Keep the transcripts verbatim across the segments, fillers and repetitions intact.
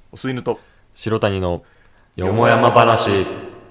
お吸いぬと白谷のよもやま話。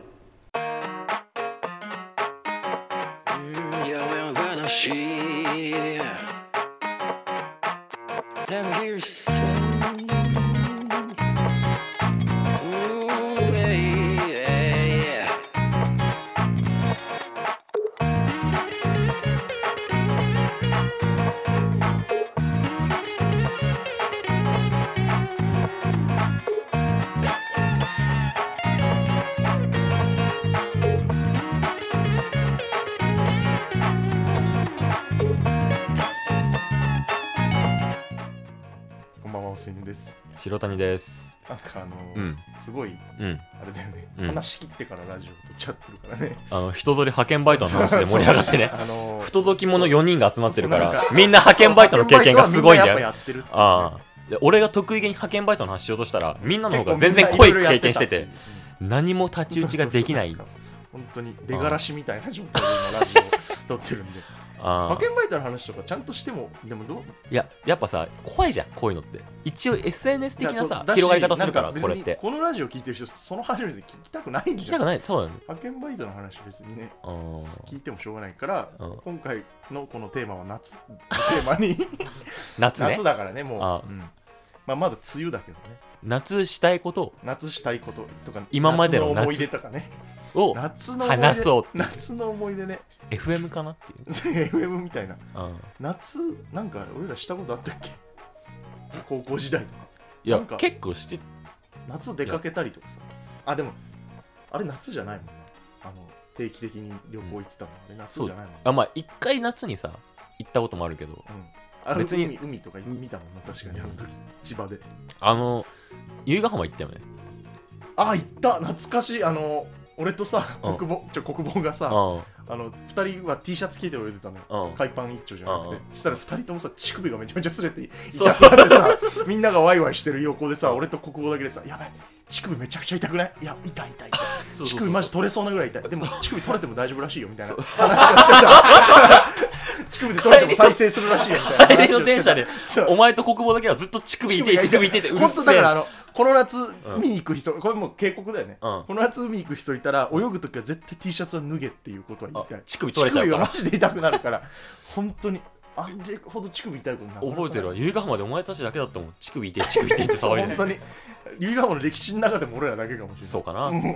お吸いぬです。 白谷です。 なんかあのーうん、 すごい、 うん、 あれだよね、うん、話し切ってからラジオ撮っちゃってるからね。 あの人通り派遣バイトの話で盛り上がってねあのー、不届き者よにんが集まってるからみんな派遣バイトの経験がすごいんだよ。ああ、で俺が得意げに派遣バイトの話しようとしたらみんなの方が全然濃い経験してて何も太刀打ちができない。 本当に出がらしみたいな状態で今ラジオ撮ってるんで派遣バイトの話とかちゃんとしてもでもどういややっぱさ怖いじゃんこういうのって。一応 エスエヌエス 的なさ広がり方するからこれって。 このラジオ聞いてる人その話別に聞きたくないんじゃん。聞きたくない。そうだね。 派遣バイトの話別にね聞いてもしょうがないから今回のこのテーマは夏テーマに夏ね。 夏だからねもうあ、うん、まあまだ梅雨だけどね。 夏したいこと夏したいこととか今までの夏の思い出とかねを話そう。 夏の思い出ね。 エフエム かなっていうエフエム みたいな、うん、夏なんか俺らしたことあったっけ高校時代とか。 いや結構して夏出かけたりとかさ。あでもあれ夏じゃないもんね。あの定期的に旅行行ってたの、うん、あれ夏じゃないもんね。 あまあ一回夏にさ行ったこともあるけど、うん、 あ別に 海, 海とか見たもんな。確かにあの時千葉であの由比ヶ浜行ったよね。 あ行った懐かしい。あの俺とさ国母ちょ国母がさあのふたりは T シャツ着て泳いでたの。海パン一丁じゃなくてそしたらふたりともさ乳首がめちゃめちゃ擦れて痛くなってさみんながワイワイしてる横でさ俺と国母だけでさやばい乳首めちゃくちゃ痛くない？いや痛い痛い痛い乳首マジ取れそうなぐらい痛い。でも乳首取れても大丈夫らしいよみたいな話をしてた乳首で取れても再生するらしいよみたいな話をしてた。帰りの電車でお前と国母だけはずっと乳首痛い乳首痛いってうるせえ。本当だからあのこの夏見に行く人、うん、これもう警告だよね、うん、この夏見に行く人いたら泳ぐときは絶対 T シャツは脱げっていうことは言いたい。 乳首取れちゃうから。乳首がマジで痛くなるから本当にあれほど乳首痛いことなかなか覚えてるわ。由比ヶ浜でお前たちだけだったもん。乳首痛い乳首痛いって騒いで本当に由比ヶ浜の歴史の中でも俺らだけかもしれない。 そうかな、うん、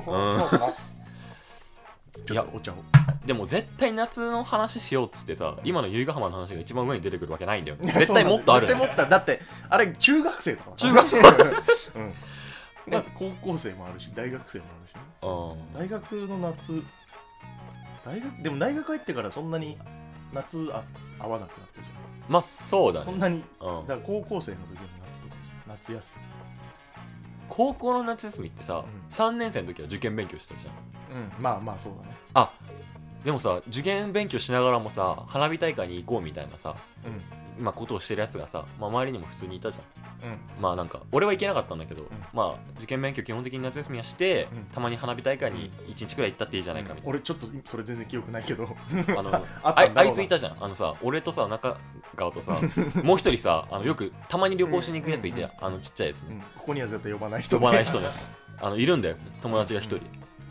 ちょっとお茶を。 でも絶対夏の話しようっつってさ今の由比ヶ浜の話が一番上に出てくるわけないんだよ。絶対もっとある、ね、 絶対もっとある。だってあれ中学生とか中学生、 うんまあ、高校生もあるし大学生もあるし、ね、あ大学の夏大学でも大学入ってからそんなに夏あ合わなくなったじゃん。 まあそうだね。 そんなに、うん、だから高校生の時の夏とか夏休み高校の夏休みってさ、うん、さんねん生の時は受験勉強してたじゃん。うんまあまあそうだね。 あでもさ受験勉強しながらもさ花火大会に行こうみたいなさ、うんまあ、ことをしてるやつがさ、まあ、周りにも普通にいたじゃん、うん、まあなんか俺は行けなかったんだけど、うん、まあ受験勉強基本的に夏休みはして、うん、たまに花火大会にいちにちくらい行ったっていいじゃないかみたいな、うん、 俺ちょっとそれ全然記憶ないけどあのあ, あ, あいついたじゃん。あのさ俺とさ中川とさもう一人さあのよくたまに旅行しに行くやついて、うん、あのちっちゃいやつ、ねうん、 ここには絶対呼ばない人、 ね、呼ばない人ねあのいるんだよ友達が一人、うん、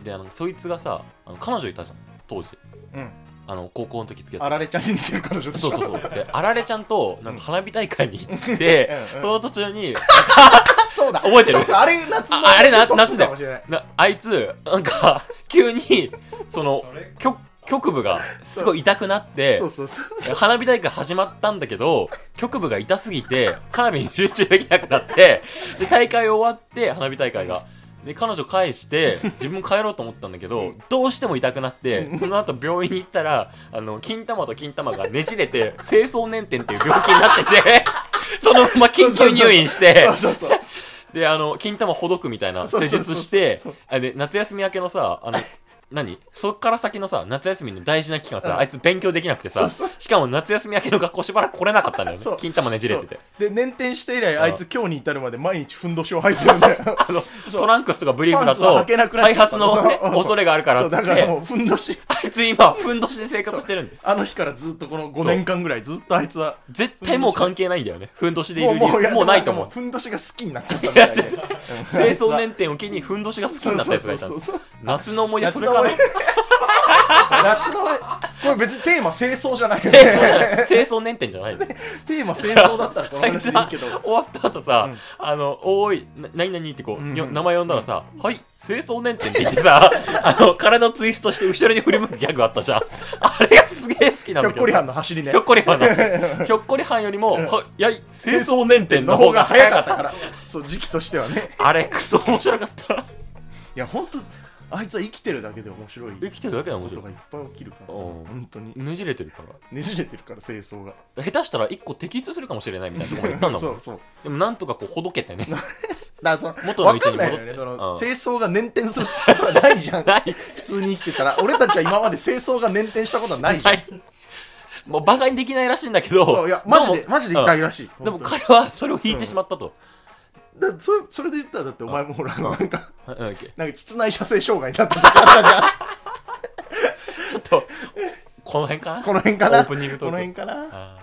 であのそいつがさあの彼女いたじゃん当時、うんあの高校の時付き合ってあられちゃんに似てる彼女でしょ。 そうそうそうであられちゃんとなんか花火大会に行ってうん、その途中にそうだ覚えてるあれ夏のああれな夏だよなあいつなんか急にその局局部がすごい痛くなってそうそうそうそう花火大会始まったんだけど局部が痛すぎて花火に集中できなくなってで大会終わって花火大会がで彼女返して自分帰ろうと思ったんだけどどうしても痛くなってその後病院に行ったらあの金玉と金玉がねじれて精巣年点っていう病気になっててそのまま緊急入院してであの金玉ほどくみたいな施術してで夏休み明けのさあの何そっから先のさ夏休みの大事な期間さ、うん、あいつ勉強できなくてさ、 そうそう、 しかも夏休み明けの学校しばらく来れなかったんだよね。金玉ねじれてて、 で捻転して以来あいつ今日に至るまで毎日ふんどしを履いてるんだよあのトランクスとかブリーフだと再発の、ね、恐れがあるからっつって、 だからもうふんどしあいつ今ふんどしで生活してるんで、 あの日からずっとこのごねんかんぐらいずっとあいつは絶対もう関係ないんだよね、ふんどしでいる理由。もう、もうないと思う。 ふんどしが好きになっちゃったみたいで清掃年点を機にふんどしが好きになったやつがいた。夏の思い出それから夏のこれ別にテーマ清掃じゃないよね清掃年点じゃないテーマ清掃だったらこの話でいいけど終わった後さ、うん、あのおーいな何々ってこう、うんうん、名前呼んだらさ、うん、はい清掃年点って言ってさあの体ツイストして後ろに振り向くギャグあったじゃんあれがすげえ好きなんだけど、ひょっこりはんの走りね、ひょっこりはんのひょっこりはんよりもはやい清掃年点の方が早かったからそう時期としてはねあれクソ面白かったいやほんとあいつは生きてるだけで面白い。 生きてるだけで面白い。 ことがいっぱい起きるから。本当に。 ねじれてるから。 ねじれてるから清掃が。 下手したら一個摘出するかもしれないみたいなところ言ったんだもん。 そうそう。 でもなんとかこうほどけてね。 だからその元の位置に戻って。ね、その、うん、清掃が捻転することはないじゃん。ない。普通に生きてたら、俺たちは今まで清掃が捻転したことはないじゃん。 もうバカにできないらしいんだけど。 そういやマジでマジで痛いらしい。 うん、でも彼はそれを引いてしまったと。うんだそれそれで言ったらだってお前もほらなんかなんか膣内射精障害になった時あったじゃんちょっとこの辺かなこの辺かなオープニングトークこの辺かなあ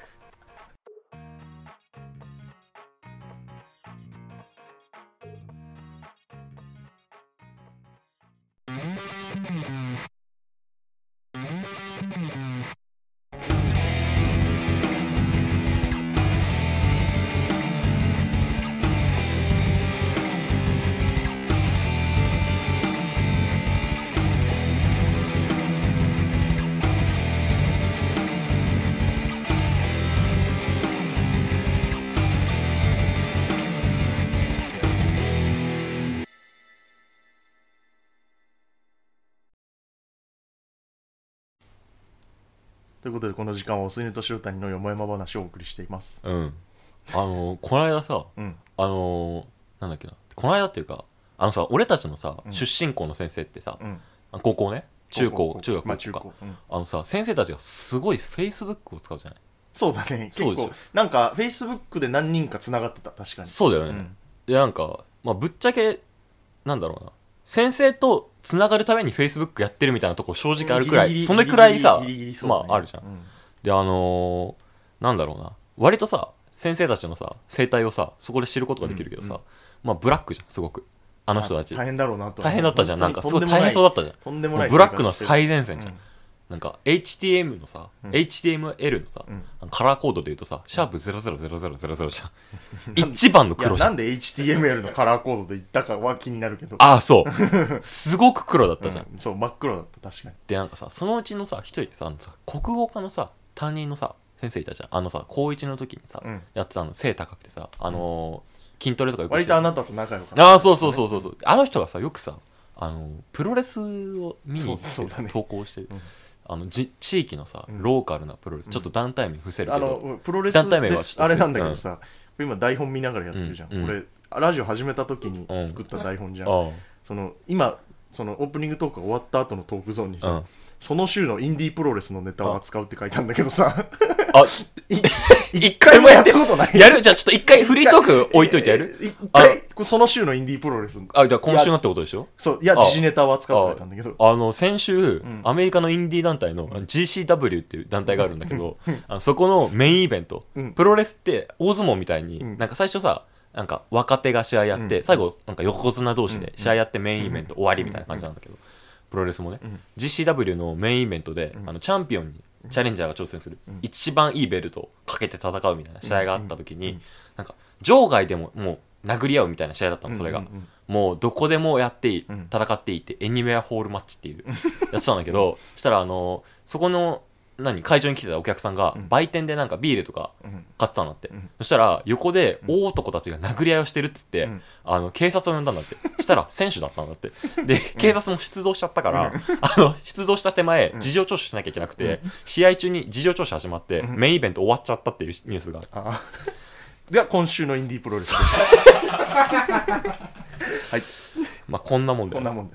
ということでこの時間はおすにと白谷のよもやま話をお送りしています。 うんあのー、この間さ、うん、あのー、なんだっけなこの間っていうかあのさ俺たちのさ、うん、出身校の先生ってさ、うん、高校ね中高中学校とか、まあ中高うん、あのさ先生たちがすごいフェイスブックを使うじゃない。 そうだね結構なんかフェイスブックで何人かつながってた確かに。 そうだよね、うん、でなんか、まあ、ぶっちゃけなんだろうな先生とつながるために Facebook やってるみたいなとこ正直あるくらい、そのくらいさ、まああるじゃん、うん、であのー、なんだろうな割とさ先生たちのさ生態をさそこで知ることができるけどさ、うんうん、まあブラックじゃんすごくあの人たち大変だろうなと大変だったじゃんなんかすごい大変そうだったじゃんとんでもないブラックの最前線じゃん、うんなんか エイチティーエム のさ、うん、エイチティーエムエル のさ、うん、カラーコードで言うとさ、シャープゼロゼロゼロゼロゼロゼロじゃん一番の黒じゃん。 なんで エイチティーエムエル のカラーコードで言ったかは気になるけどああそうすごく黒だったじゃん、 うん、そう真っ黒だった確かに。 でなんかさそのうちのさ一人でさあのさ国語科のさ担任のさ先生いたじゃんあのさ高一の時にさ、うん、やってたの背高くてさあのー、筋トレとかよく割とあなたと仲良かった、ね、ああそうそうそうそうそうあの人がさよくさあのプロレスを見に行って、ね、投稿してる、うんあのじ地域のさ、うん、ローカルなプロレス、うん、ちょっと団体名伏せるけど、あのプロレス団体名はあれなんだけどさ、うん、今台本見ながらやってるじゃん、うん、俺ラジオ始めた時に作った台本じゃん、うん、その今そのオープニングトークが終わった後のトークゾーンにさ、うん、その週のインディープロレスのネタを扱うって書いたんだけどさあ一回もやったことないやるじゃあちょっと一回フリートーク置いといてやる一回その週のインディープロレスあじゃあ今週のってことでしょ。 そういや時事ネタを扱ってたんだけどあ, あの先週、うん、アメリカのインディー団体の ジーシーダブリュー っていう団体があるんだけど、うん、あのそこのメインイベント、うん、プロレスって大相撲みたいに、うん、なんか最初さなんか若手が試合やって、うん、最後なんか横綱同士で試合やってメインイベント終わりみたいな感じなんだけど、プロレスもね、うん、ジーシーダブリュー のメインイベントで、うん、あのチャンピオンにチャレンジャーが挑戦する、うん、一番いいベルトをかけて戦うみたいな試合があった時に、うん、なんか場外でももう殴り合うみたいな試合だったのそれが、うんうんうん、もうどこでもやっていい、うん、戦っていいってエニウェアホールマッチっていうやつなんだけどそしたらあのそこの何会場に来てたお客さんが売店でなんかビールとか買ってたんだって、うん、そしたら横で大男たちが殴り合いをしてるっつって、うん、あの警察を呼んだんだってしたら選手だったんだってで警察も出動しちゃったから、うん、あの出動した手前事情聴取しなきゃいけなくて、うん、試合中に事情聴取始まって、うん、メインイベント終わっちゃったっていうニュースがある。 あでは今週のインディープロレスでしたはいまあこんなもんでこんなもんではい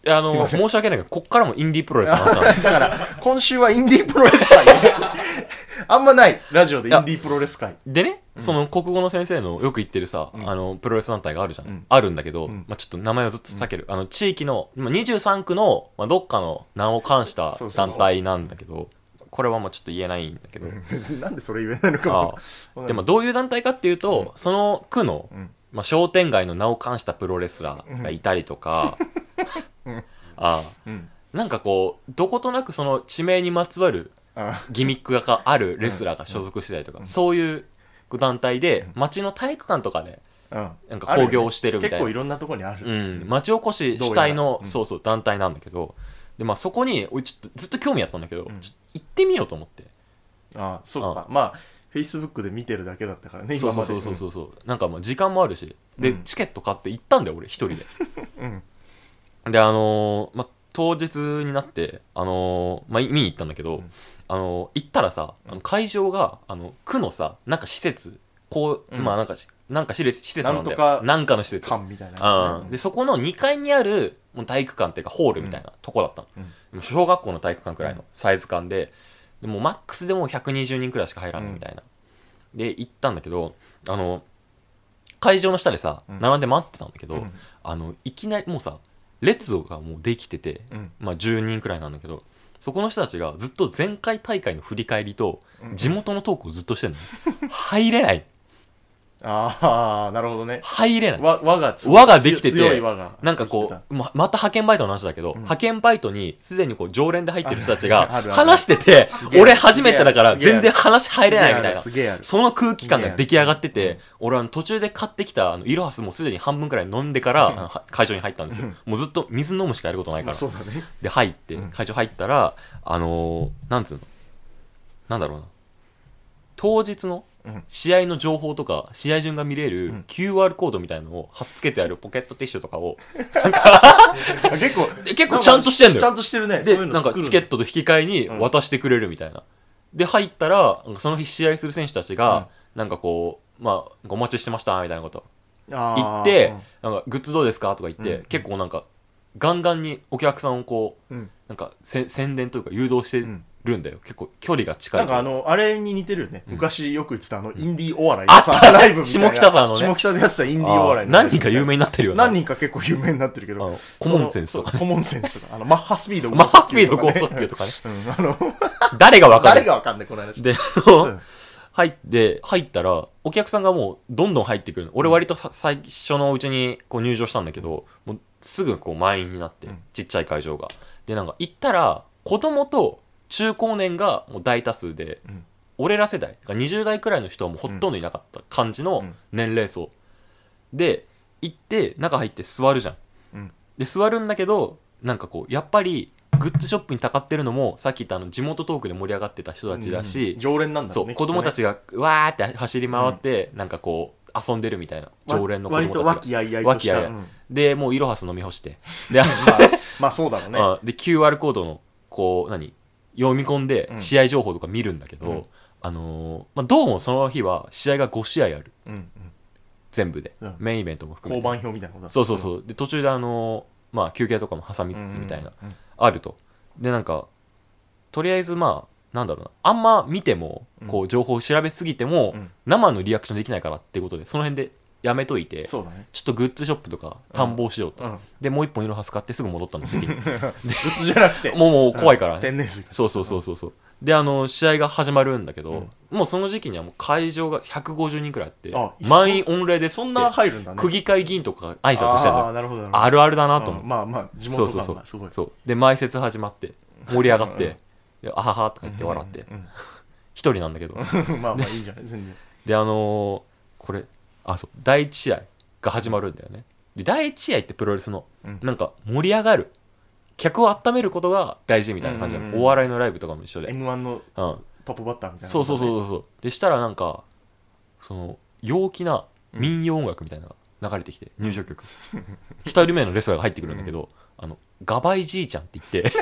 いやあの申し訳ないけどこっからもインディープロレスの話なんだから今週はインディープロレス界あんまないラジオでインディープロレス界でね、うん、その国語の先生のよく言ってるさ、うん、あのプロレス団体があるじゃん、うん、あるんだけど、うん、まあ、ちょっと名前をずっと避ける、うん、あの地域のにじゅうさんくの、まあ、どっかの名を冠した団体なんだけど、そうそうそうこれはもうちょっと言えないんだけど、 別になんでそれ言えないのかもあでもどういう団体かっていうと、うん、その区の、うんまあ、商店街の名を冠したプロレスラーがいたりとか、うん、ああ、うん、なんかこうどことなくその地名にまつわるギミックがあるレスラーが所属してたりとか、うん、そういう団体で町の体育館とかでなんか興行をしてるみたいな、 ね、結構いろんなとこにある、 うん、町おこし主体の、うん、そうそう団体なんだけどで、まあ、そこに俺ちょっとずっと興味あったんだけど、うん、ちょっと行ってみようと思って。 ああそうかあまあフェイスブックで見てるだけだったからね今までそうそうそうそう、うん、なんかもう時間もあるしで、うん、チケット買って行ったんだよ俺一人で、うん、であのー、まあ当日になってあのー、まあ見に行ったんだけど、うん、あのー、行ったらさあの会場があの区のさなんか施設こう、うん、まあなんかなんか施設施設なんだよなんなんかの施設館みたいなやつ、ねうん、でそこのにかいにある体育館っていうかホールみたいなとこだったの、うん、小学校の体育館くらいのサイズ感ででもマックスでもひゃくにじゅうにんくらいしか入らないみたいな、うん、で行ったんだけどあの会場の下でさ、うん、並んで待ってたんだけど、うん、あのいきなりもうさ列がもうできてて、うん、まあじゅうにんくらいなんだけどそこの人たちがずっと前回大会の振り返りと地元のトークをずっとしてんの、うん、入れないああなるほどね入れない輪が輪ができてて輪がなんかこう ま, また派遣バイトの話だけど、うん、派遣バイトにすでにこう常連で入ってる人たちが話してて俺初めてだから全然話入れないみたいなその空気感が出来上がってて、うん、俺は途中で買ってきたあのイロハスもすでに半分くらい飲んでから、うん、会場に入ったんですよ、うん、もうずっと水飲むしかやることないから、 まあそうだね、 で入って会場入ったらあのー、なんつうのなんだろうな当日の試合の情報とか試合順が見れる キューアール コードみたいなのを貼っつけてあるポケットティッシュとかをなんか結構結構ちゃんとしてんのよちゃんとしてるねでなんかチケットと引き換えに渡してくれるみたいな、うん、で入ったらその日試合する選手たちが、うん、なんかこうまあお待ちしてましたみたいなこと言ってなんかグッズどうですかとか言って、うん、結構なんかガンガンにお客さんをこう、うん、なんかせ宣伝というか誘導してるんだよ、うん、結構距離が近いなんかあのあれに似てるよね、うん、昔よく言ってたあのインディーお笑いのさ、 うん、ライブみたいな下北沢のね下北でやってたインディーお笑いの何人か有名になってるよね何人か結構有名になってるけどコモンセンスとか、ね、 コモンセンスとかあのマッハスピードマッハスピード高速球とかね、 うん、あの誰がわかんない誰がわかんないこの話で入って入ったらお客さんがもうどんどん入ってくる俺割と最初のうちにこう入場したんだけどもうすぐこう満員になって、うん、ちっちゃい会場がでなんか行ったら子供と中高年がもう大多数で、うん、俺ら世代にじゅう代くらいの人はもうほとんどいなかった感じの年齢層、うん、で行って中入って座るじゃん、うん、で座るんだけどなんかこうやっぱりグッズショップにたかってるのもさっき言ったあの地元トークで盛り上がってた人たちだし、 うん、常連なんだろうね、 そう子供たちがわーって走り回って、うん、なんかこう遊んでるみたいな常連の子供たちが割と和気あいあいとした和気あいあい、うん、 でもうイロハス飲み干してで、 まあ、まあそうだろうねで キューアール コードのこう何読み込んで試合情報とか見るんだけど、うんあのーまあ、どうもその日は試合がご試合ある、うんうん、全部で、うん、メインイベントも含めて交番表みたいなことだそうそうそうで途中であのーまあ、休憩とかも挟みつつみたいな、うんうんうん、あるとでなんかとりあえずまあなんだろうなあんま見てもこう情報を調べすぎても、うん、生のリアクションできないからっていうことでその辺でやめといてそうだ、ね、 ちょっとグッズショップとか探訪しようと、うん、でもう一本イロハス買ってすぐ戻ったの席にグッズじゃなくてもうもう怖いから、ね、 天然水そうそうそうそうそうであの試合が始まるんだけど、うん、もうその時期にはもう会場がひゃくごじゅうにんくらいあってあ満員御礼でそんな入るんだね区議会議員とかが挨拶してるのあ, なるほどなるほどあるあるだなと思って、 うん、まあまあ地元感がすごいそうで前説始まって盛り上がってであははとか言って笑って一、うんうん、人なんだけどまあまあいいんじゃない全然であのー、これあそうだいいち試合が始まるんだよねでだいいち試合ってプロレスの、うん、なんか盛り上がる客を温めることが大事みたいな感じなの、うんうんうん、お笑いのライブとかも一緒でエムワン のトップバッターみたいな、ね、 そうそうそうそうでしたらなんかその陽気な民謡音楽みたいなのが流れてきて、うん、入場曲ひとりめのレスラーが入ってくるんだけど、うん、あのガバイじいちゃんって言って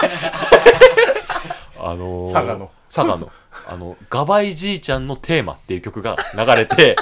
あのー、 佐賀の佐賀のあのガバイじいちゃんのテーマっていう曲が流れて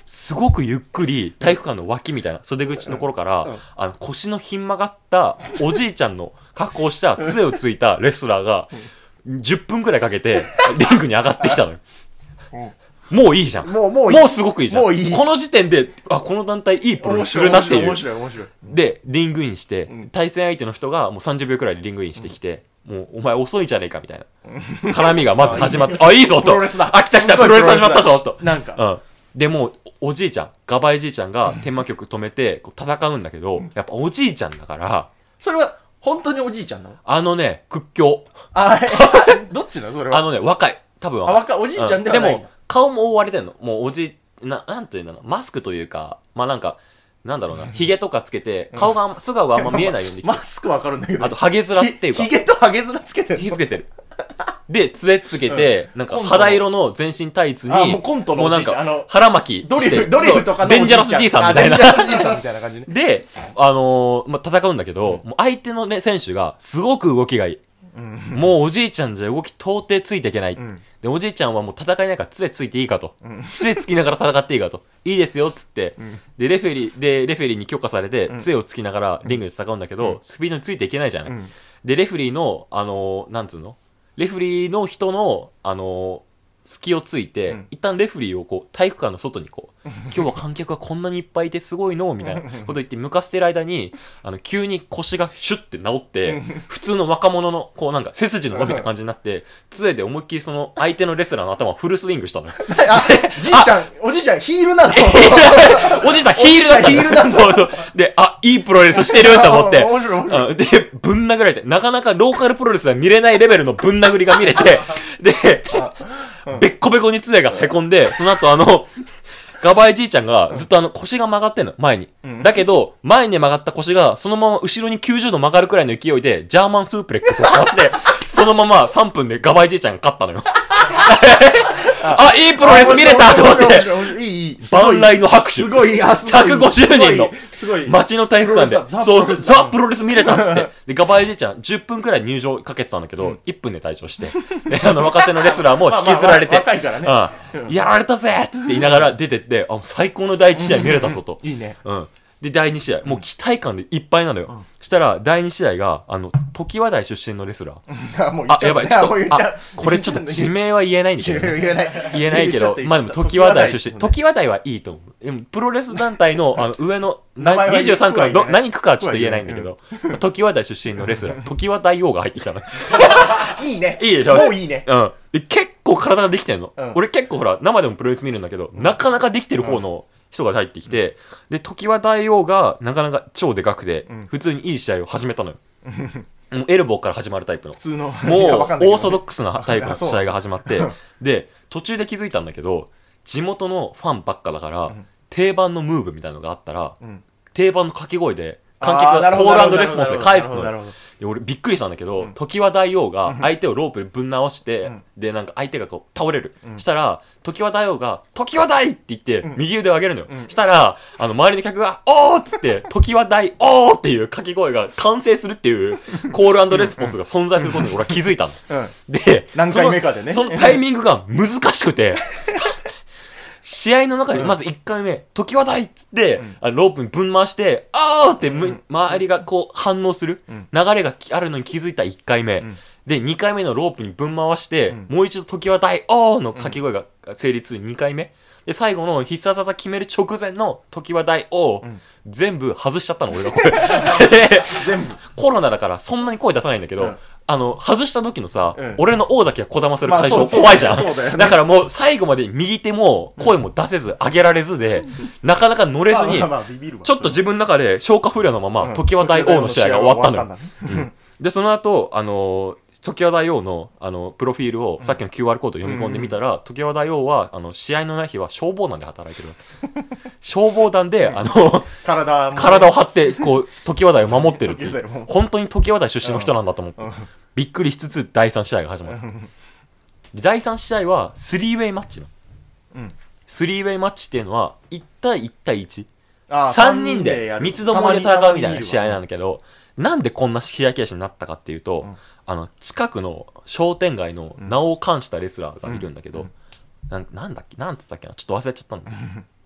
すごくゆっくり体育館の脇みたいな袖口のところから、うん、あの腰のひん曲がったおじいちゃんの格好をした杖をついたレスラーがじゅっぷんくらいかけてリングに上がってきたのよ、うん、もういいじゃん。もうもういい、もうすごくいいじゃん。もういい。この時点であこの団体いいプロレスするなっていう。面白い面白い面白い。でリングインして、うん、対戦相手の人がもうさんじゅうびょうくらいでリングインしてきて、うん、もうお前遅いじゃねえかみたいな絡みがまず始まってあいいぞと、プロレスだ、あ来た来たプロレス始まったぞと、なんか、うんでもうおじいちゃんガバイじいちゃんが天満局止めてこう戦うんだけど、うん、やっぱおじいちゃんだからそれは本当におじいちゃんなの？ あのね屈強。 あどっちなのそれは？ あのね若い多分若い。あ若いおじいちゃんではない、うん、 でも顔も覆われてんの。もうおじいななんていうんだろうマスクというかまあなんかなんだろうなヒゲとかつけて顔が素顔があんま見えないようにマスクわかるんだけどあとハゲ面っていうかヒゲとハゲ面つけてるヒゲつけてるで杖つけて、うん、なんか肌色の全身タイツにあもうコントのおじいちゃんもうなんか腹巻きドリルドリルとかのデンジャラスじいさんみたいなデンジャラスじいさんみたいな感じねであのー、まあ、戦うんだけど、うん、もう相手のね選手がすごく動きがいい、うん、もうおじいちゃんじゃ動き到底ついていけない、うん、でおじいちゃんはもう戦いないから杖ついていいかと、うん、杖つきながら戦っていいかといいですよっつって、うん、でレフェリーでレフェリーに許可されて、うん、杖をつきながらリングで戦うんだけど、うん、スピードについていけないじゃない、うん、でレフェリーのあのー、なんつうのレフェリーの人の、あのー、隙をついて、うん、一旦レフェリーをこう体育館の外にこう今日は観客がこんなにいっぱいいてすごいのみたいなこと言って向かせてる間にあの急に腰がシュッて治って普通の若者のこうなんか背筋の伸びた感じになって杖で思いっきりその相手のレスラーの頭をフルスイングしたのよあじいちゃんおじいちゃんヒールなのおじいちゃんヒールだったのヒールなのそうそうであいいプロレスしてると思って面白い面白いでぶん殴られてなかなかローカルプロレスは見れないレベルのぶん殴りが見れてでべっこべこに杖がへこんでその後あのガバイじいちゃんがずっとあの腰が曲がってんの前に、うん、だけど前に曲がった腰がそのまま後ろにきゅうじゅうど曲がるくらいの勢いでジャーマンスープレックスをかわしてそのままさんぷんでガバイじいちゃんが勝ったのよあいいプロレス見れたと思っていい万来の拍手すごいひゃくごじゅうにんの街の体育館でそうそうザ・プロレス見れたっつってでガバイじいちゃんじゅっぷんくらい入場かけてたんだけど、うん、いっぷんで退場してであの若手のレスラーも引きずられて、まあまあ、若いからね、うん、やられたぜっつって言いながら出てってあ最高のだいいち試合見れたぞといいね、 うんでだいに試合もう期待感でいっぱいなのよ、うん、したらだいに試合があの常盤台出身のレスラーあやばいちょっとあこれちょっと地名は言えないんだけど、ね、言えない言えないけどまあでも常盤台出身常盤台はいいと思うでもプロレス団体のあの上のにじゅうさんくのど何区かはちょっと言えないんだけど常盤台出身のレスラー常盤大王が入ってきたのいいねいいでしょもういいね、 うん、で結構体ができてんの、うん、俺結構ほら生でもプロレス見るんだけど、うん、なかなかできてる方の、うん人が入ってきて、うん、で常盤大王がなかなか超でかくて、うん、普通にいい試合を始めたのよもうエルボーから始まるタイプの普通のもうオーソドックスなタイプの試合が始まってで途中で気づいたんだけど地元のファンばっかだから、うん、定番のムーブみたいなのがあったら、うん、定番の掛け声で観客がコール&レスポンスで返すのよで俺びっくりしたんだけど、うん、常盤大王が相手をロープでぶん直して、うん、でなんか相手がこう倒れる、うん、したら常盤大王が「常盤大!」って言って右腕を上げるのよ、うん、したらあの周りの客が「おー!」っつって「常盤大おー!」っていう掛け声が完成するっていうコール&レスポンスが存在することに俺は気づいたの、うん、で何回目かでねそのタイミングが難しくて試合の中でまずいっかいめ、常盤大っつって、うん、あのロープにぶん回して、あーって、うん、周りがこう反応する、うん、流れがあるのに気づいたいっかいめ、うん、でにかいめのロープにぶん回して、うん、もう一度常盤大おーの掛け声が成立するにかいめで最後の必殺技決める直前の常盤大おー、うん、全部外しちゃったの俺がこれ全部コロナだからそんなに声出さないんだけど、うんあの外した時のさ、うん、俺の王だけはこだまする会場怖いじゃん、まあ だ, ね、だからもう最後まで右手も声も出せず上げられずで、うん、なかなか乗れずに、まあまあまあちょっと自分の中で消化不良のまま、うん、常盤大王の試合が終わったのよ、うん、でその後あの常盤大王のあのプロフィールを、うん、さっきの キューアール コード読み込んでみたら、うん、常盤大王はあの試合のない日は消防団で働いてる消防団であの 体, 体を張ってこう常盤大を守ってるっていう本当に常盤大出身の人なんだと思って、うん、びっくりしつつだいさん試合が始まるでだいさん試合はスリーウェイマッチの、うん、スリーウェイマッチっていうのはいち対いち対いちさんにんで三つどもえで戦うみたいな試合なんだけどなんでこんな試合形式になったかっていうと、うん、あの近くの商店街の名を冠したレスラーがいるんだけど、うん、な, なんだっけなんつったっけなちょっと忘れちゃったんだ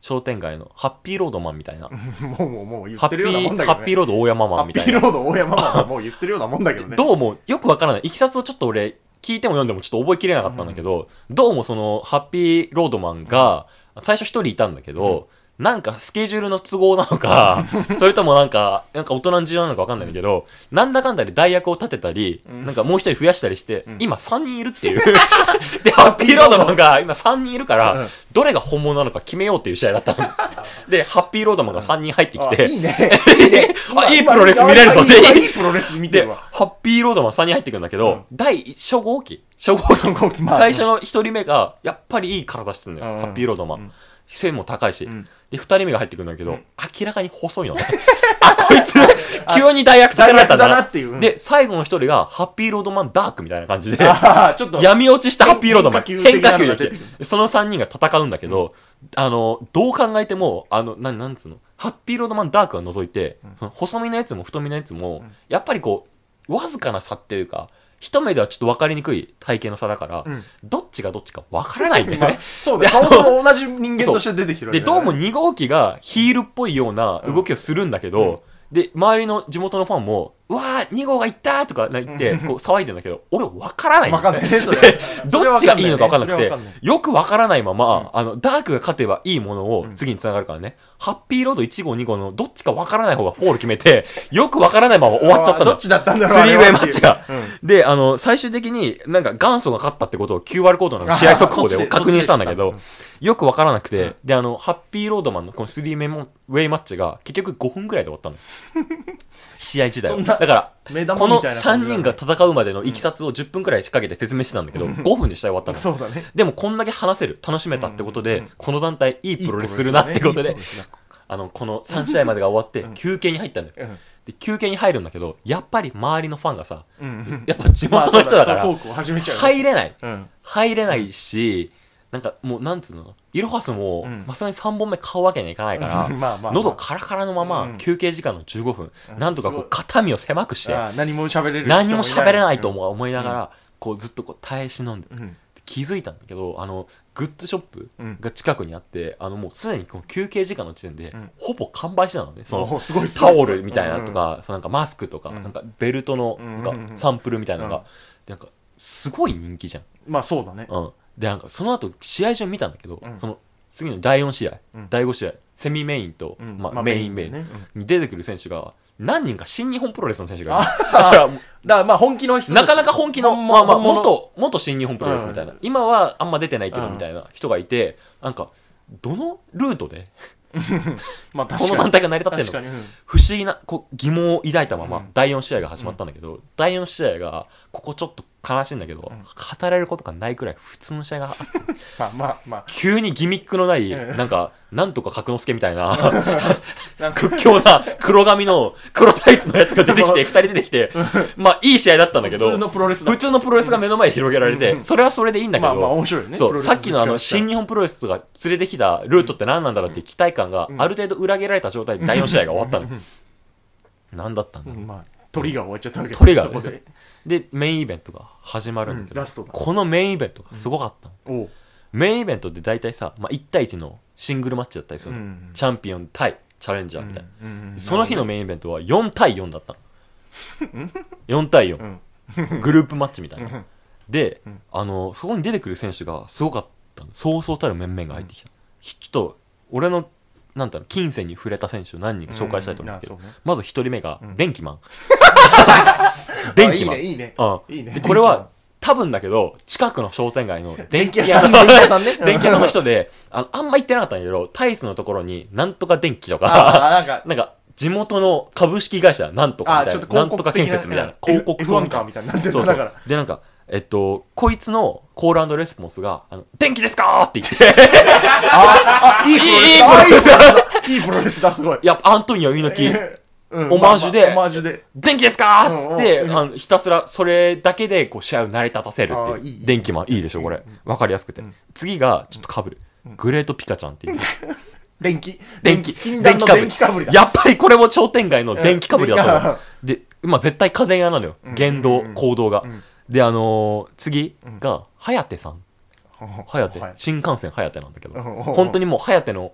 商店街のハッピーロードマンみたいなもうもうもう言ハッピってるようなもんだけど、ね、 ーハッピーロード大山マンみたいなハッピーロード大山マンはもう言ってるようなもんだけどねどうもよくわからないいきさつをちょっと俺聞いても読んでもちょっと覚えきれなかったんだけど、うん、どうもそのハッピーロードマンが最初一人いたんだけど、うん、なんかスケジュールの都合なのかそれともなんかなんか大人の事情なのかわかんないんだけどなんだかんだで代役を立てたり、うん、なんかもう一人増やしたりして、うん、今さんにんいるっていうでハッピーロードマンが今さんにんいるから、うん、どれが本物なのか決めようっていう試合だったのでハッピーロードマンがさんにん入ってきて、 うん、いいねいいねあいいプロレス見れるぞっていいプロレス見てるわハッピーロードマンさんにん入ってくるんだけど、うん、第初号機初号機、まあ、最初のひとりめがやっぱりいい体してるんだよ、うん、ハッピーロードマン、うん背も高いし、うん、でふたりめが入ってくるんだけど、うん、明らかに細いのあこいつ急に大役立てられたんだなっていう、うん、で最後の一人がハッピーロードマンダークみたいな感じでちょっと闇落ちしたハッピーロードマン変化球で来てそのさんにんが戦うんだけど、うん、あのどう考えてもあのななんつうのハッピーロードマンダークが除いて、うん、その細身のやつも太身のやつも、うん、やっぱりこうわずかな差っていうか一目ではちょっと分かりにくい体型の差だから、うん、どっちがどっちか分からないんだよね、まあ、 そうだよそもそも同じ人間として出てきてるわけでどうもに号機がヒールっぽいような動きをするんだけど、うんうんで周りの地元のファンもうわーに号が行ったとか言ってこう騒いでんだけど俺分からないんだよね分かんないねそれどっちがいいのか分からなくてよく分からないまま、うん、あのダークが勝てばいいものを次につながるからね、うん、ハッピーロードいち号に号のどっちか分からない方がフォール決めてよく分からないまま終わっちゃったのどっちだったんだろうスリーウェイマッチが、うん、であの最終的になんか元祖が勝ったってことを キューアール コードの試合速報で確認したんだけどよく分からなくて、うん、であのハッピーロードマンのこのスリーウェイマッチが結局ごふんぐらいで終わったの試合自体はだからこのさんにんが戦うまでのいきさつをじゅっぷんくらいかけて説明してたんだけど、うん、ごふんで試合終わったのそうだねでもこんだけ話せる楽しめたってことで、うん、この団体いいプロレスするなってことで、ね、あのこのさん試合までが終わって休憩に入ったんだよ、うん、で休憩に入るんだけどやっぱり周りのファンがさ、うん、やっぱ地元の人だから、まあ、入れない、うん、入れないしなんかもうなんつうのイロハスもまさにさんぼんめ買うわけにはいかないから、うんまあまあまあ、喉カラカラのまま休憩時間のじゅうごふん、うん、なんとかこう肩身を狭くして、 何も喋れる何も喋れないと思いながら、うん、こうずっとこう耐え忍んで、うん、気づいたんだけどあのグッズショップが近くにあって、うん、あのもうすでにこの休憩時間の時点で、うん、ほぼ完売してたのねそのタオルみたいなとか、うん、そのなんかマスクとか、うん、なんかベルトのがサンプルみたいなのが、うん、なんかすごい人気じゃんまあそうだね、 うんでなんかその後試合中見たんだけど、うん、その次のだいよん試合、うん、だいご試合セミメインと、うんまあまあ、メインメインに出てくる選手が何人か新日本プロレスの選手がいるだからだからまあ本気の人なかなか本気の、まあまあ、元, 元新日本プロレスみたいな、うん、今はあんま出てないけどみたいな人がいてなんかどのルートでまあこの団体が成り立ってんの、うん、不思議なこう疑問を抱いたまま、うん、だいよん試合が始まったんだけど、うん、だいよん試合がここちょっと悲しいんだけど、うん、語られることがないくらい普通の試合がまあまあまあ急にギミックのない、うん、なんかなんとか角之助みたいな屈強な黒髪の黒タイツのやつが出てきてふたり出てきてまあいい試合だったんだけど普通のプロレスだ普通のプロレスが目の前で広げられて、うん、それはそれでいいんだけど、まあまあ面白いねそうさっきのあの新日本プロレスが連れてきたルートって何なんだろうっていう期待感がある程度裏切られた状態でだいよん試合が終わったの何だったんだろう、 うんまあ、鳥が終わっちゃったわけだ鳥が、ね、そこででメインイベントが始まるんだけど、うん、 ラストだこのメインイベントがすごかったの、うん、メインイベントって大体さ、まあ、いち対いちのシングルマッチだったりするの、うん、チャンピオン対チャレンジャーみたいな、うんうん、その日のメインイベントはよん対よんだったのよん対よん、うん、グループマッチみたいなで、うん、あのそこに出てくる選手がすごかったのそうそうたる面々が入ってきた、うん、ちょっと俺のなんだろう金銭に触れた選手を何人か紹介したいと思うんだけど、うんね、まずひとりめが、うん、電気マン電気マンいいねいいね、 うん、いいねでこれは多分だけど近くの商店街の電気屋さん電気屋さんね電気屋さんの人で あ, のあんま行ってなかったんだけどタイツのところになんとか電気とかなんかなんか地元の株式会社なんとかみたいななんとか建設みたいな広告塔みたいなエフワン カーみたいになってるそうそうでなんかえっと、こいつのコール&レスポンスが、あの、電気ですかーって言って。 ああ、いいプロレスだ。いいプロレスだ。いいプロレスだ、すごい。 やっぱアントニオ猪木、うん、オマージュで、まあまあ、オマージュで、電気ですかーっつって、うんうん、あのひたすらそれだけでこう試合を成り立たせるっていう。いい電気マン、いいでしょ、これ。わかりやすくて。うん、次が、ちょっと被る、うん。グレートピカちゃんっていう。 電気電気禁断の電気かぶりだ。 やっぱりこれも商店街の電気かぶりだと思う。で、まあ絶対家電屋なのよ。言動、うん、行動が。うんであのー、次が、はやてさん。はやて。新幹線はやてなんだけど。本当にもうはやての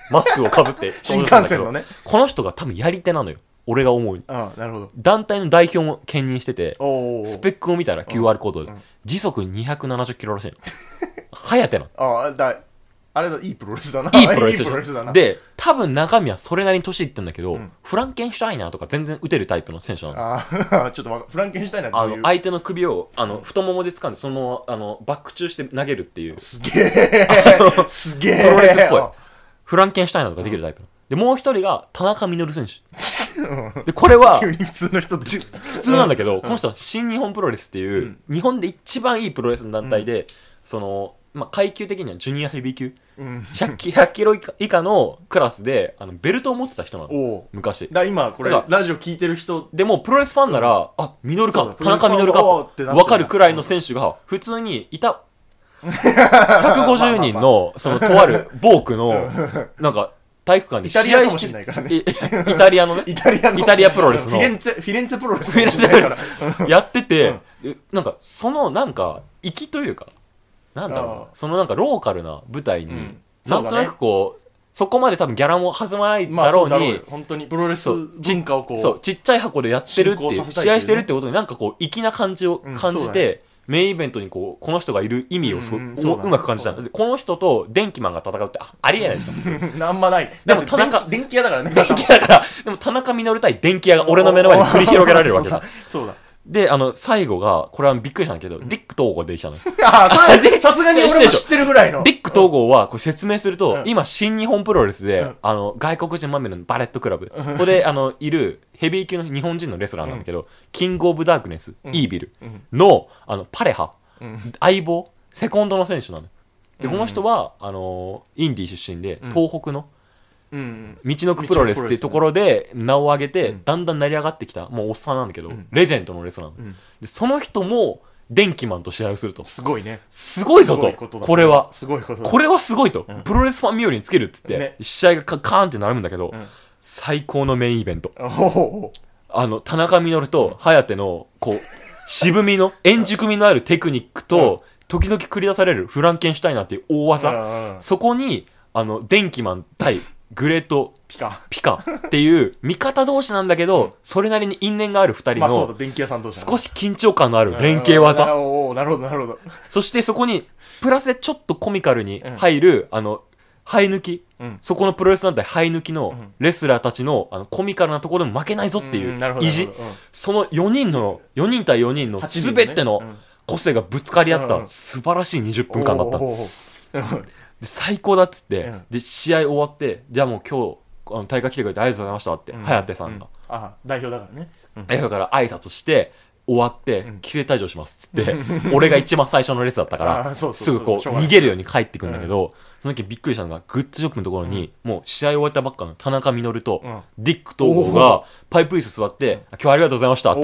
マスクをかぶって新幹線のねこの人が多分やり手なのよ俺が思うに。 ああなるほど。 団体の代表も兼任してておスペックを見たら キューアール コードで、うん、時速にひゃくななじゅっキロらしいのはやてなああだあれだいいプロレスだな。 いいプロレスいいプロレスだな。 で多分中身はそれなりに年いってんだけど、 うん、 フランケンシュタイナーとか全然打てるタイプの選手なの。 ああちょっとフランケンシュタイナーってあの相手の首をあの太ももで掴んでそのあのバック中して投げるっていうすげえすげえプロレスっぽいフランケンシュタイナーとかできるタイプの、うん、でもう一人が田中稔選手でこれは急に普通の人で普通なんだけど、うん、この人は新日本プロレスっていう、うん、日本で一番いいプロレスの団体で、うん、その、まあ、階級的にはジュニアヘビー級、うん、ひゃく, ひゃくキロ以 下, 以下のクラスであのベルトを持ってた人なの昔だ。今これラジオ聞いてる人でもプロレスファンなら、うん、あ稔か田中稔か分かるくらいの選手が普通にいたひゃくごじゅうにんのそのとあるボークのなんか体育館で試合してイタリアのねイタリアのイタリアプロレスのフィレンツェフィレンツェプロレスかもしれないからやってて、うん、なんかそのなんか粋というかなんだろうそのなんかローカルな舞台に、うん、なんとなくこうそこまで多分ギャラも弾まないだろうに、まあ、そうだろう本当にプロレス文化をこうそうちっちゃい箱でやってるっていう試合してるってことになんかこう粋な感じを感じて、うんメインイベントにこうこの人がいる意味をすご、うんうん、う, うまく感じた。この人と電気マンが戦うってありえないですかあんまない。でも田中電気屋だからね。 電気屋だからでも田中稔対電気屋が俺の目の前に繰り広げられるわけだ。 そうだ。 であの最後がこれはびっくりしたんだけど、うん、ディック東郷が出てきたの。 ああそれさすがに俺も知ってるぐらいの。 ディック東郷はこれ説明すると、うん、今新日本プロレスで、うん、あの外国人まみれのバレットクラブ、うん、ここであのいるヘビー級の日本人のレスラーなんだけど、うん、キングオブダークネス、うん、イービルのあのパレハ。うん、相棒セコンドの選手なので、うん、この人はあのー、インディー出身で、うん、東北の、うん、道のくプロレスっていうところで名を上げて、うん、だんだん成り上がってきたもうおっさんなんだけど、うん、レジェンドのレスラーなの、うん、でその人も電気マンと試合をするとすごいねすごいぞとこ, これはすごいことこれはすごいと、うん、プロレスファン冥利につけるっつって、 ね、 試合がカーンってなるんだけど、うん、最高のメインイベントあの田中稔と颯のこう渋みの円熟味のあるテクニックと、うん時々繰り出されるフランケンシュタイナーっていう大技、うんうん、そこにあの電気マン対グレートピカピカっていう味方同士なんだけど、うん、それなりに因縁があるふたりの、 まあそうだ電気屋さん同士少し緊張感のある連携技、 うん、なるほどなるほどそしてそこにプラスでちょっとコミカルに入る、うん、あの生え抜き、うん、そこのプロレス団体生え抜きのレスラーたちの、あのコミカルなところでも負けないぞっていう意地、うん、そのよにんのよにん対よにんの全ての個性がぶつかり合った素晴らしいにじゅっぷんかんだったで最高だっつって、うん、で試合終わってじゃあもう今日あの大会来てくれてありがとうございましたって、うん、颯さんが、うん、 あ代表だからね、 うん、代表から挨拶して終わって規制退場しますっつって、うん、俺が一番最初のレースだったからすぐこう逃げるように帰ってくるんだけど、うん、その時びっくりしたのがグッズショップのところに、うん、もう試合終わったばっかの田中稔と、うん、ディック東郷がパイプ椅子座って今日ありがとうございましたっつって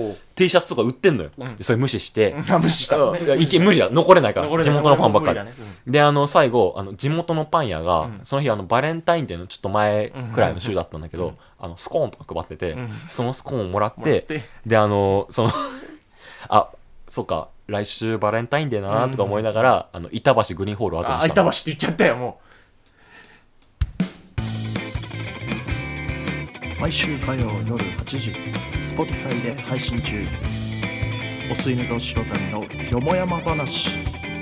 T シャツとか売ってんのよ、うん、でそれ無視して無視したのねいけ無理だ残れないから地元のファンばっかり、ねうん、であの最後あの地元のパン屋が、うん、その日あのバレンタインデーのちょっと前くらいの週だったんだけど、うん、あのスコーンとか配ってて、うん、そのスコーンをもらって、うん、であのそのあそうか来週バレンタインデーだなとか思いながら、うん、あの板橋グリーンホールを後にしたあ板橋って言っちゃったよもう毎週火曜夜はちじ Spotify で配信中お吸い寝と白谷のよもやま話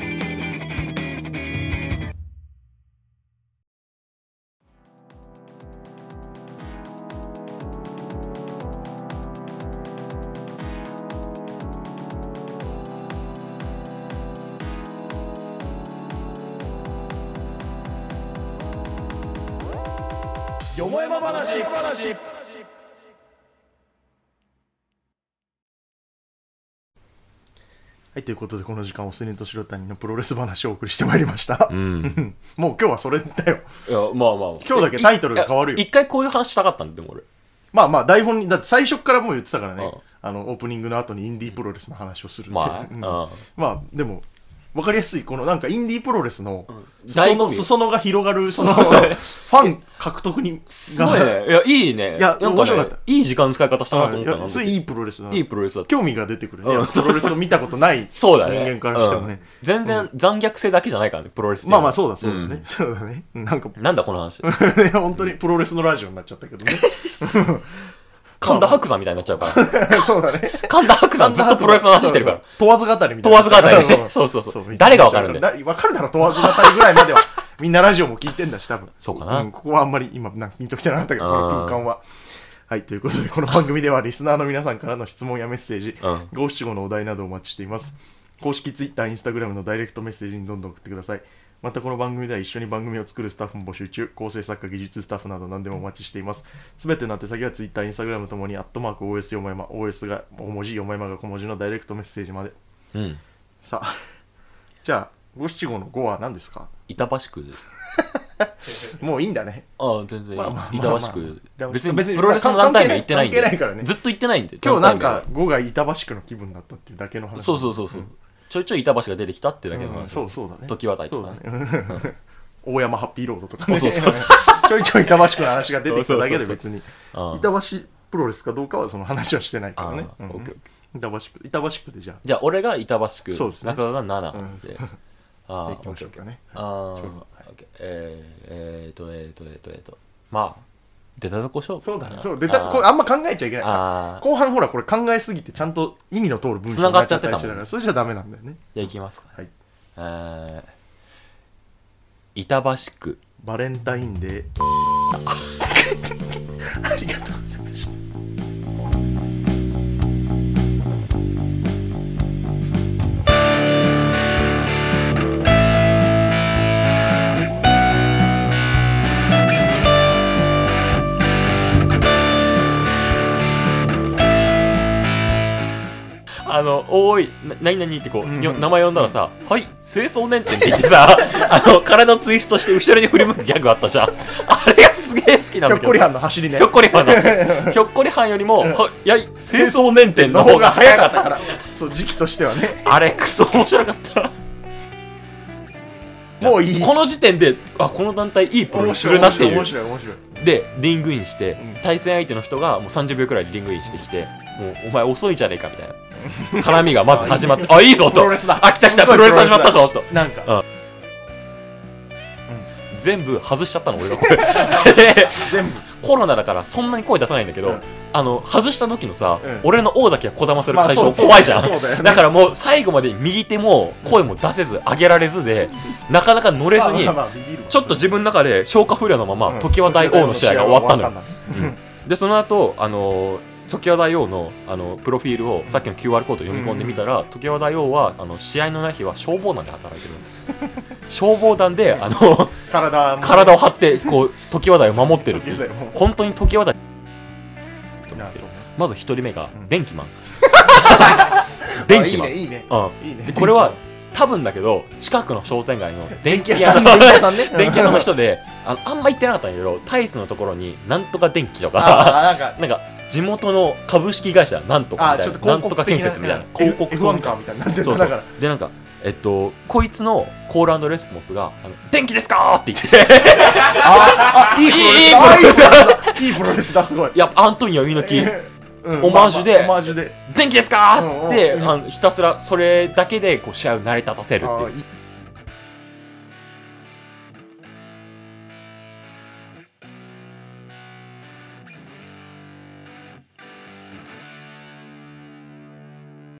よもやま話話はいということでこの時間おすねと白谷のプロレス話をお送りしてまいりました、うん、もう今日はそれだよいやまあまあ今日だけタイトルが変わるよ一回こういう話したかったんでも俺まあまあ台本にだって最初からもう言ってたからね、あのオープニングの後にインディープロレスの話をするって、まあ、うん、まあでも分かりやすいこのなんかインディープロレスの裾醍醐味野裾野が広がるそのファン獲得にすごいね。いや、いいね。 いやなんかね面白かった、 いい時間の使い方したなと思ったいやな。 それいいプロレスだないいプロレスだった。 興味が出てくるね、 うんプロレスを見たことない人そうだね。 間からしてもね、 うん全然残虐性だけじゃないからね、プロレスっていうのは。 まあまあそうだそうだね、そうだねなんかなんだこの話。 本当にプロレスのラジオになっちゃったけどね神田伯山みたいになっちゃうから。 そうだね神田伯山ずっとプロレスの話してるから。 問わず語りみたいな問わず語りねうんそうそうそうみたいな誰がわかるんだよだわかるだろ問わず語りぐらいまではみんなラジオも聞いてんだし多分そうかな。 んここはあんまり今なんかピンときてなかったけどこの空間ははいということでこの番組ではリスナーの皆さんからの質問やメッセージ五七五のお題などお待ちしています。公式ツイッター、インスタグラムのダイレクトメッセージにどんどん送ってください。またこの番組では一緒に番組を作るスタッフも募集中、構成作家、技術スタッフなど何でもお待ちしています。すべての宛先はツイッター、インスタグラムともにアットマーク オーエス よもやま オーエス が大文字、よもやまが小文字のダイレクトメッセージまで。 うん。 さあじゃあ五七五のごは何ですか？ 板橋区。 もういいんだね。 ああ、全然いい。 まあまあまあ板まあ橋区。 まあ別別ににプロレスの団体名言ってないんで。 関係ないからねずっと言ってないんで。 今日なんか団体ごが板橋区の気分だったっていうだけの話。 そうそうそうそう。ちょいちょい板橋が出てきたってだけのうん話。 そうそうだね。 時渡りとかね。 そうだね大山ハッピーロードとかね。 そうそうそちょいちょい板橋区の話が出てきただけで別にああ板橋プロレスかどうかはその話はしてないからね。うんああオッケーオッケ板橋区板橋区でじゃあじゃあ、俺が板橋区。 そうですね中川がななで。ああ、 行きましょうかね。 ああ、オッケーえーえーと、えーと、えーと、えーと。まあ、出たとこ勝負。 そうだね。そう出たあーこれあんま考えちゃいけない。 ああ、 後半ほらこれ考えすぎてちゃんと意味の通る文章繋がっちゃってたもんになりだからそれじゃダメなんだよね。 じゃあ行きますか。 はい。 えー、板橋区。 バレンタインデー。ありがとうございました。 あの、おーい、な、何々ってこう、 うんよ名前呼んだらさ、はい、清掃年店って言ってさ、あの、体をツイストして後ろに振り向くギャグあったじゃん。あれがすげえ好きなんだけど。 ひょっこりはんの走りねひょっこりはんの。ひょっこりはんよりも、は、やい、清掃年店の方が早かったから。 そう時期としてはねあれ、クソ面白かった。 もういいこの時点で、あ、この団体いいプロレスするなっていう。 面白い面白い面白い。 で、リングインして、 うん対戦相手の人がもうさんじゅうびょうくらいでリングインしてきて、もう、お前遅いじゃねえかみたいな。絡みがまず始まって、あ、いいぞと。 プロレスだあ、来た来た、プロレス始まったぞと。 なんか全部外しちゃったの、俺がこれ。 全部コロナだからそんなに声出さないんだけど、 うんあの、外した時のさ、 うん俺の王だけはこだませる対象まあそう怖いじゃん。 そうだよねだからもう最後まで右手も声も出せず、上げられずで、なかなか乗れずにまあ、まあまあビビるわちょっと自分の中で消化不良のまま、 うん常盤大王の試合が終わったのよ。 終わで、その後、あのー、常盤大王の、あの、プロフィールを、さっきの キューアール コード読み込んでみたら、常盤大王は、あの、試合のない日は消防団で働いてるの。消防団で、あの、 体も体を張って、こう、常盤大を守ってるっていう。 時計だよもう本当に常盤大いやそうねまず一人目がうん電気マン電気マンあいいねいいねうんいいねでこれは多分だけど近くの商店街の電電気屋さん気屋の電気屋さんね電気屋さんの人であのあんま言ってなかったんだけどタイツのところになんとか電気とかああなんかなんか地元の株式会社なんとかみたいあちょっとななんとか広告的な建設みたいなうん広告エフワン カーみたいになってるそうそうだからでなんかえっとこいつのコール&レスポンスがあの電気ですかーって言ってああいいプロレスだいいいいプロレスだあいいプロレスだすごいいやアントニオ猪木うんオマージュでまあまあオマージュで電気ですかーっつって、 うんうんあのひたすらそれだけでこう試合を成り立たせるっていうあいい